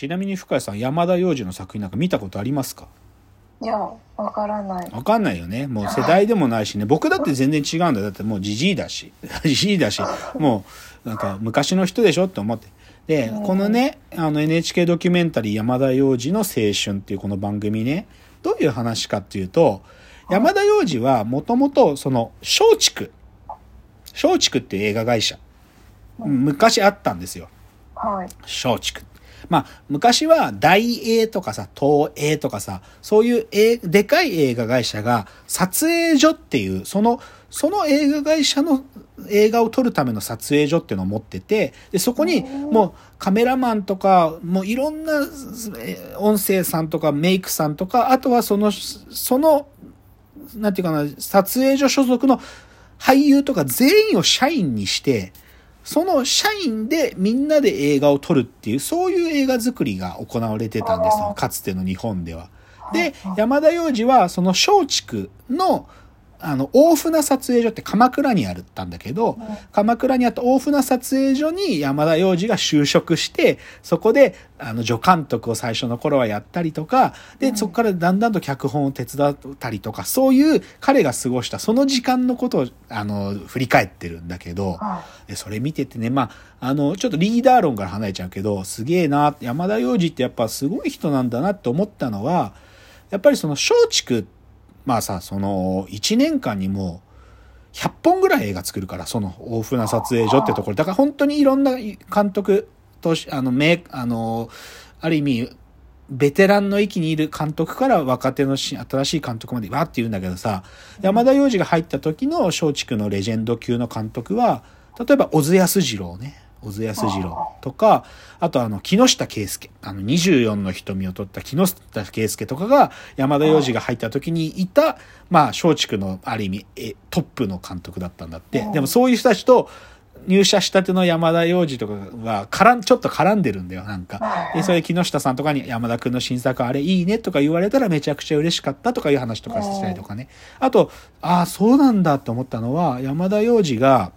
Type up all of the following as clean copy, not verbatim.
ちなみに深谷さん、山田洋次の作品なんか見たことありますか？ いや、わからない。 わかんないよね。もう世代でもないしね。僕だって全然違うんだよ。だってもうジジイだし。ジジイだし。もうなんか昔の人でしょって思って。で、このね、NHK ドキュメンタリー山田洋次の青春っていうこの番組ね、どういう話かっていうと、山田洋次はもともとその松竹っていう映画会社、昔あったんですよ。 はい。 松竹。まあ、昔は大映とかさ、東映とかさ、そういうでかい映画会社が撮影所っていう、その映画会社の映画を撮るための撮影所っていうのを持ってて、で、そこにもうカメラマンとか、もういろんな音声さんとかメイクさんとか、あとはその、なんていうかな、撮影所所属の俳優とか全員を社員にして、その社員でみんなで映画を撮るっていう、そういう映画作りが行われてたんですよ。かつての日本では。で、山田洋次はその松竹の大船撮影所って鎌倉にあったんだけど、鎌倉にあった大船撮影所に山田洋次が就職して、そこで助監督を最初の頃はやったりとか、で、そこからだんだんと脚本を手伝ったりとか、そういう彼が過ごしたその時間のことを振り返ってるんだけど、でそれ見ててね、まあ、ちょっとリーダー論から離れちゃうけど、すげえな、山田洋次ってやっぱすごい人なんだなって思ったのは、やっぱりその松竹まあさ、その、1年間にもう、100本ぐらい映画作るから、その、大船撮影所ってところ。だから本当にいろんな監督と、ある意味、ベテランの域にいる監督から若手の新しい監督までわーって言うんだけどさ、山田洋次が入った時の松竹のレジェンド級の監督は、例えば小津安二郎ね。小津安二郎とか、あと木下圭介。24の瞳を撮った木下圭介とかが山田洋次が入った時にいた、まあ松竹のある意味トップの監督だったんだって。でもそういう人たちと入社したての山田洋次とかがちょっと絡んでるんだよ、なんか。で、それで木下さんとかに山田くんの新作あれいいねとか言われたらめちゃくちゃ嬉しかったとかいう話とかしたりとかね。あと、そうなんだと思ったのは、山田洋次が、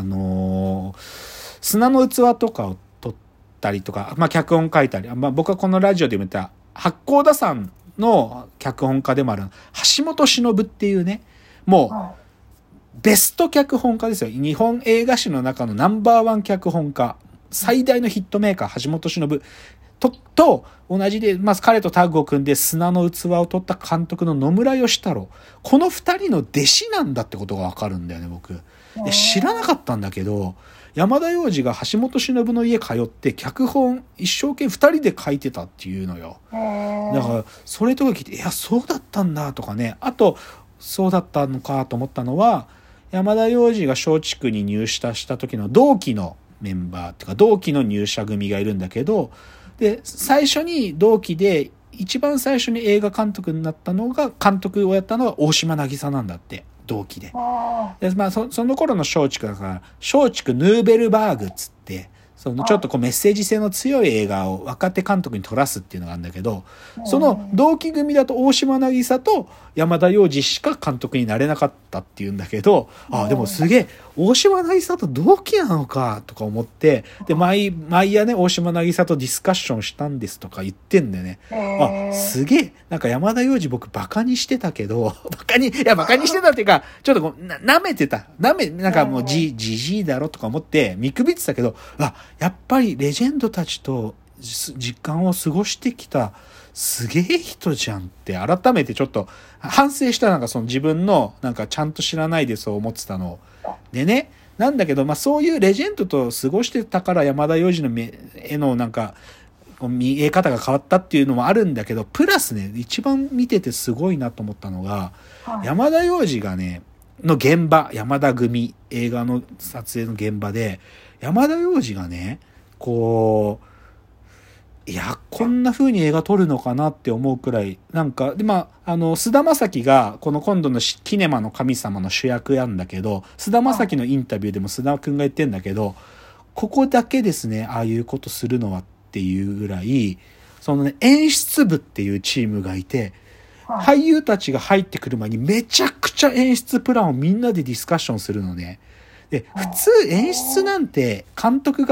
砂の器とかを撮ったりとか、まあ脚本書いたり、まあ僕はこのラジオで見た八甲田山の脚本家でもある橋本忍っていうね、もうベスト脚本家ですよ。日本映画史の中のナンバーワン脚本家、最大のヒットメーカー橋本忍と同じで、まず彼とタッグを組んで砂の器を撮った監督の野村義太郎。この二人の弟子なんだってことがわかるんだよね、僕。で知らなかったんだけど、山田洋次が橋本忍の家通って脚本一生懸命二人で書いてたっていうのよ。だからそれとか聞いて、いやそうだったんだとかね。あとそうだったのかと思ったのは、山田洋次が松竹に入社した時の同期のメンバーっていうか同期の入社組がいるんだけど、で最初に同期で一番最初に映画監督になったのが、監督をやったのが大島渚なんだって。同期で。で、まあその頃の松竹だから、松竹ヌーベルバーグっつって、そのちょっとこうメッセージ性の強い映画を若手監督に撮らすっていうのがあるんだけど、その同期組だと大島渚と山田洋次しか監督になれなかったっていうんだけど、でもすげえ、大島渚と同期なのかとか思って、で、毎夜ね、大島渚とディスカッションしたんですとか言ってんだよね。すげえ、なんか山田洋次僕バカにしてたけど、バカにしてたっていうか、ちょっとこう、舐めてた。なんかもうじじいだろとか思って見くびってたけど、やっぱりレジェンドたちと時間を過ごしてきたすげえ人じゃんって改めてちょっと反省した。なんかその自分のなんかちゃんと知らないでそう思ってたのでね。なんだけど、まあそういうレジェンドと過ごしてたから山田洋次の絵のなんか見え方が変わったっていうのもあるんだけど、プラスね、一番見ててすごいなと思ったのが、山田洋次がねの現場、山田組映画の撮影の現場で山田洋次がね、こう、いや、こんな風に映画撮るのかなって思うくらい、なんか、で、まあ、菅田将暉が、この今度のキネマの神様の主役やんだけど、菅田将暉のインタビューでも菅田くんが言ってんだけど、ここだけですね、ああいうことするのはっていうぐらい、そのね、演出部っていうチームがいて、俳優たちが入ってくる前にめちゃくちゃ演出プランをみんなでディスカッションするのね。で、普通演出なんて監督が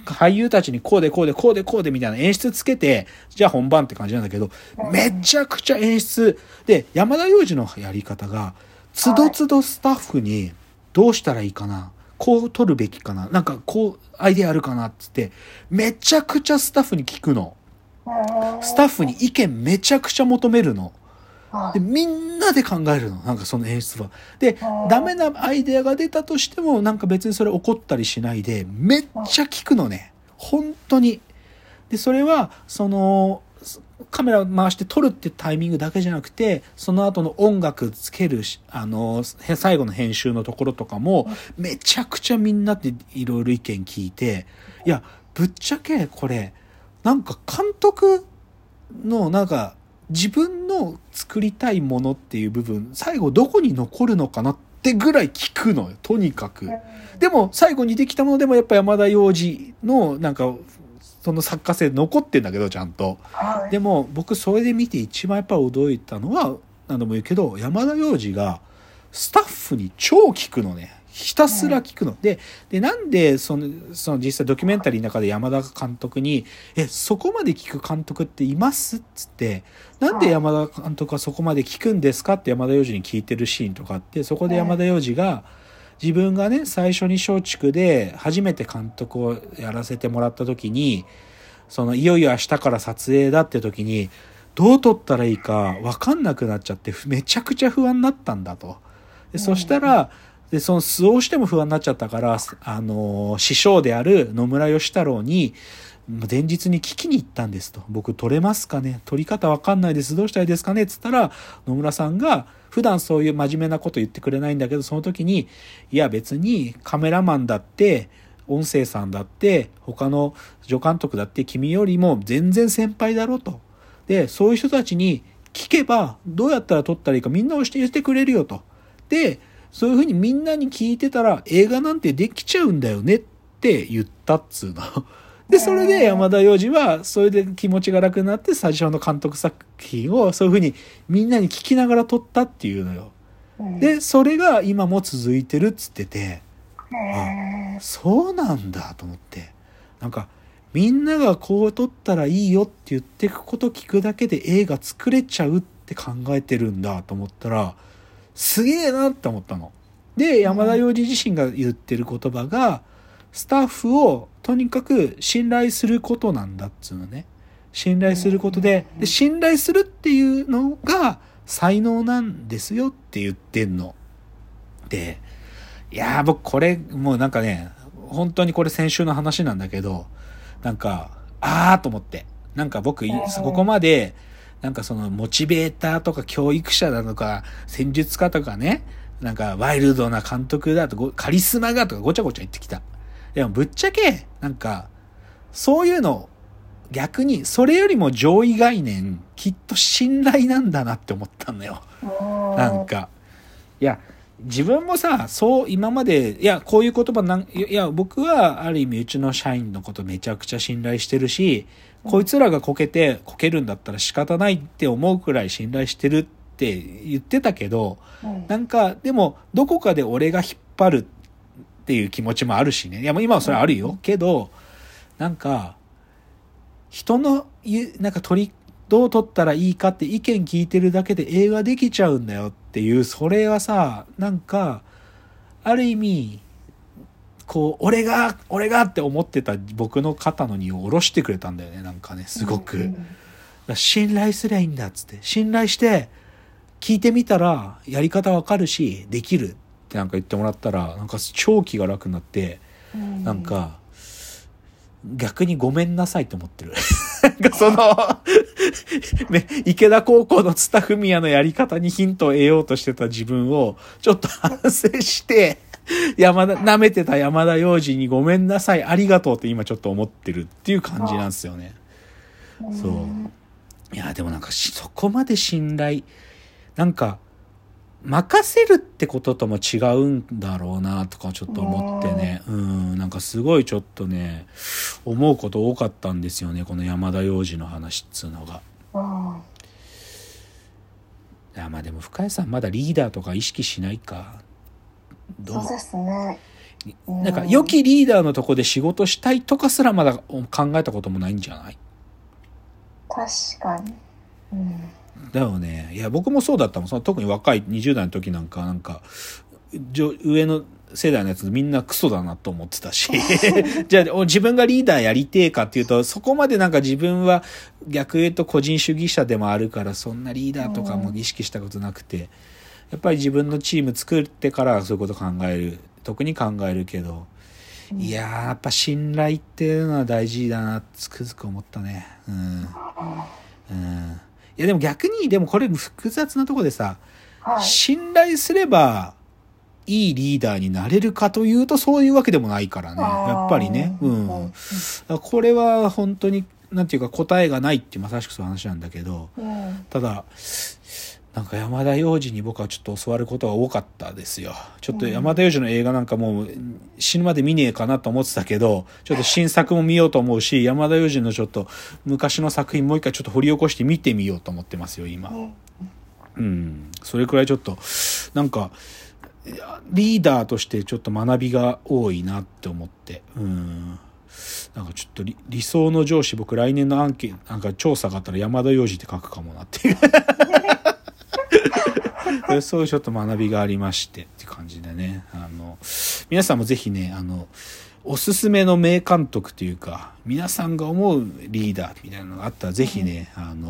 俳優たちにこうでこうでこうでこうでみたいな演出つけて、じゃあ本番って感じなんだけど、めちゃくちゃ演出で、山田洋次のやり方がつどつどスタッフにどうしたらいいかな、こう撮るべきかな、なんかこうアイデアあるかなっつってめちゃくちゃスタッフに聞くの。スタッフに意見めちゃくちゃ求めるの。でみんなで考えるの、なんかその演出は。でダメなアイデアが出たとしてもなんか別にそれ怒ったりしないでめっちゃ聞くのね、本当に。でそれはそのカメラを回して撮るってタイミングだけじゃなくて、その後の音楽つける最後の編集のところとかもめちゃくちゃみんなでいろいろ意見聞いて、いやぶっちゃけこれなんか監督のなんか自分の作りたいものっていう部分最後どこに残るのかなってぐらい聞くのよ、とにかく。でも最後にできたものでもやっぱ山田洋次のなんかその作家性残ってんだけどちゃんと。でも僕それで見て一番やっぱ驚いたのは何度も言うけど、山田洋次がスタッフに超聞くのね、ひたすら聞くの。でなんでその実際ドキュメンタリーの中で山田監督にそこまで聞く監督っていますっつって、なんで山田監督はそこまで聞くんですかって山田洋次に聞いてるシーンとかあって、そこで山田洋次が自分がね最初に松竹で初めて監督をやらせてもらった時に、そのいよいよ明日から撮影だって時にどう撮ったらいいか分かんなくなっちゃってめちゃくちゃ不安になったんだと。でそしたらその素をしても不安になっちゃったから師匠である野村義太郎に前日に聞きに行ったんですと。僕撮れますかね、撮り方分かんないです、どうしたらいいですかねっつったら、野村さんが普段そういう真面目なこと言ってくれないんだけど、その時にいや別にカメラマンだって音声さんだって他の助監督だって君よりも全然先輩だろと。でそういう人たちに聞けばどうやったら撮ったらいいかみんな教えてくれるよと。でそういうふうにみんなに聞いてたら映画なんてできちゃうんだよねって言ったっつうの。でそれで山田洋次はそれで気持ちが楽になって最初の監督作品をそういうふうにみんなに聞きながら撮ったっていうのよ。でそれが今も続いてるっつってて、あ、そうなんだと思って、なんかみんながこう撮ったらいいよって言ってくこと聞くだけで映画作れちゃうって考えてるんだと思ったらすげえなって思ったの。で山田洋次自身が言ってる言葉がスタッフをとにかく信頼することなんだっつうのね。信頼することで信頼するっていうのが才能なんですよって言ってんの。でいや僕これもうなんかね本当にこれ先週の話なんだけど、なんかと思って、なんか僕ここまでなんかそのモチベーターとか教育者だとか戦術家とかね、なんかワイルドな監督だとカリスマがとかごちゃごちゃ言ってきた。でもぶっちゃけなんかそういうの逆にそれよりも上位概念きっと信頼なんだなって思ったんだよ。なんかいや自分もさそう今までいやこういう言葉いや僕はある意味うちの社員のことめちゃくちゃ信頼してるし、こいつらがこけるんだったら仕方ないって思うくらい信頼してるって言ってたけど、なんかでもどこかで俺が引っ張るっていう気持ちもあるしね。いや今はそれあるよけど、なんか人のなんかどう撮ったらいいかって意見聞いてるだけで映画できちゃうんだよっていう、それはさなんかある意味こう俺がって思ってた僕の肩の荷を下ろしてくれたんだよね。なんかねすごく、信頼すりゃいいんだっつって信頼して聞いてみたらやり方わかるしできるってなんか言ってもらったらなんか超気が楽になって、なんか逆にごめんなさいと思ってる。なんかそのね、池田高校の津田文也のやり方にヒントを得ようとしてた自分をちょっと反省して舐めてた山田洋次にごめんなさいありがとうって今ちょっと思ってるっていう感じなんですよね。そういやでもなんかそこまで信頼なんか任せるってこととも違うんだろうなとかちょっと思ってね、なんかすごいちょっとね思うこと多かったんですよね、この山田洋次の話っつうのが。いやまあでも深谷さんまだリーダーとか意識しないか。 そうですね。 なんか良きリーダーのとこで仕事したいとかすらまだ考えたこともないんじゃない？ 確かに。 だよね。いや、僕もそうだったもん。その特に若い20代の時なんか、上の世代のやつみんなクソだなと思ってたし。じゃあ、自分がリーダーやりてえかっていうと、そこまでなんか自分は逆言うと個人主義者でもあるから、そんなリーダーとかも意識したことなくて、やっぱり自分のチーム作ってからそういうこと考える。特に考えるけど、いやー、やっぱ信頼っていうのは大事だな、つくづく思ったね。いやでも逆に、でもこれ複雑なところでさ、信頼すればいいリーダーになれるかというとそういうわけでもないからね。やっぱりね。これは本当に、なんていうか答えがないってまさしくそういう話なんだけど、ただ、なんか山田洋次に僕はちょっと教わることが多かったですよ。ちょっと山田洋次の映画なんかもう死ぬまで見ねえかなと思ってたけど、ちょっと新作も見ようと思うし、山田洋次のちょっと昔の作品もう一回ちょっと掘り起こして見てみようと思ってますよ、今。それくらいちょっと、なんか、リーダーとしてちょっと学びが多いなって思って。なんかちょっと理想の上司、僕来年のアンケート、なんか調査があったら山田洋次って書くかもなっていう。そういうちょっと学びがありましてって感じでね。皆さんもぜひね、おすすめの名監督というか、皆さんが思うリーダーみたいなのがあったら、ぜひね、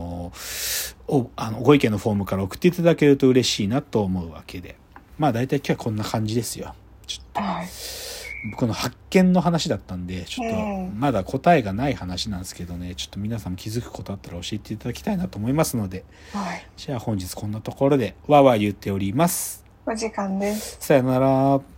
ご意見のフォームから送っていただけると嬉しいなと思うわけで。まあ大体今日はこんな感じですよ。ちょっと。この発見の話だったんで、ちょっとまだ答えがない話なんですけどね、ちょっと皆さんも気づくことあったら教えていただきたいなと思いますので、じゃあ本日こんなところでわーわー言っております。 お時間です。 さよなら。